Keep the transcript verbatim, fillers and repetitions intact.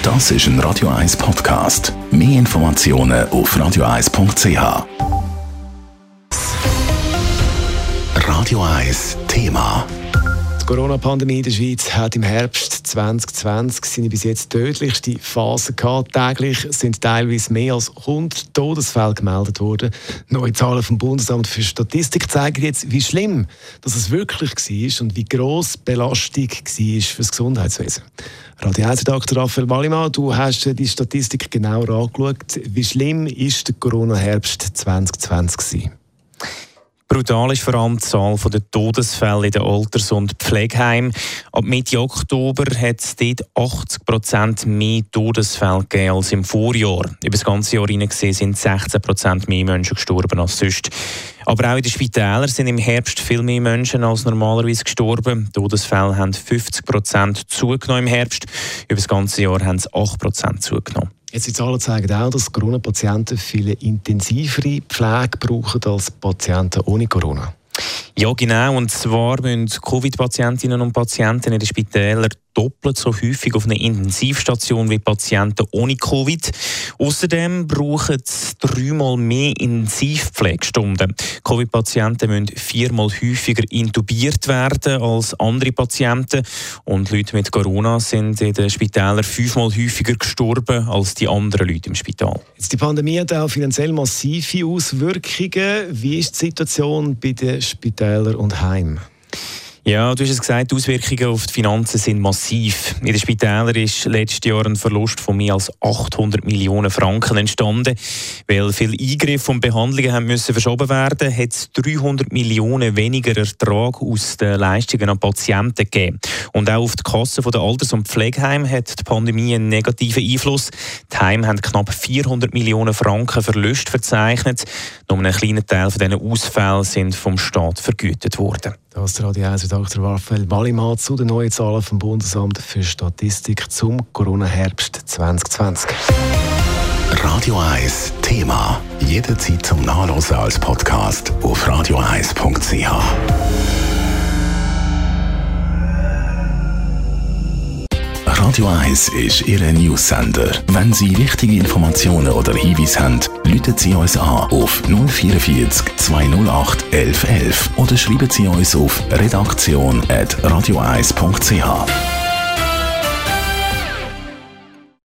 Das ist ein Radio eins Podcast. Mehr Informationen auf radio eins punkt c h. Radio eins Thema. Die Corona-Pandemie in der Schweiz hat im Herbst zwanzig zwanzig seine bis jetzt tödlichste Phase gehabt. Täglich sind teilweise mehr als hundert Todesfälle gemeldet worden. Neue Zahlen vom Bundesamt für Statistik zeigen jetzt, wie schlimm dass es wirklich war und wie gross die Belastung war für das Gesundheitswesen. Radio eins-Redakteur Raphael Wallimann, du hast die Statistik genauer angeschaut. Wie schlimm war der Corona-Herbst zwanzig zwanzig gewesen? Brutal ist vor allem die Zahl der Todesfälle in den Alters- und Pflegeheimen. Ab Mitte Oktober hat es dort achtzig Prozent mehr Todesfälle gegeben als im Vorjahr. Über das ganze Jahr gesehen sind sechzehn Prozent mehr Menschen gestorben als sonst. Aber auch in den Spitälern sind im Herbst viel mehr Menschen als normalerweise gestorben. Die Todesfälle haben fünfzig Prozent zugenommen im Herbst. Über das ganze Jahr haben es acht Prozent zugenommen. Jetzt die Zahlen zeigen auch, dass Corona-Patienten viel intensivere Pflege brauchen als Patienten ohne Corona. Ja, genau. Und zwar müssen Covid-Patientinnen und Patienten in den Spitälern doppelt so häufig auf eine Intensivstation wie Patienten ohne Covid. Außerdem brauchen sie dreimal mehr Intensivpflegestunden. Covid-Patienten müssen viermal häufiger intubiert werden als andere Patienten. Und Leute mit Corona sind in den Spitälern fünfmal häufiger gestorben als die anderen Leute im Spital. Jetzt die Pandemie hat auch finanziell massive Auswirkungen. Wie ist die Situation bei den Spitälern und Heimen? Ja, du hast es gesagt, die Auswirkungen auf die Finanzen sind massiv. In den Spitälern ist letztes Jahr ein Verlust von mehr als achthundert Millionen Franken entstanden. Weil viele Eingriffe und Behandlungen haben müssen verschoben werden, hat es dreihundert Millionen weniger Ertrag aus den Leistungen an Patienten gegeben. Und auch auf die Kassen der Alters- und Pflegeheime hat die Pandemie einen negativen Einfluss. Die Heime haben knapp vierhundert Millionen Franken Verlust verzeichnet. Nur ein kleiner Teil von diesen Ausfällen sind vom Staat vergütet worden. Das ist Radio eins-Redakteur Raphael Wallimann zu den neuen Zahlen vom Bundesamt für Statistik zum Corona-Herbst zwanzig zwanzig. Radio eins Thema. Jederzeit zum Nachlesen als Podcast auf radio eins punkt c h. Radio eins ist Ihr News-Sender. Wenn Sie wichtige Informationen oder Hinweise haben, rufen Sie uns an auf null vierundvierzig zweihundertacht elf elf oder schreiben Sie uns auf redaktion at radio eins punkt c h.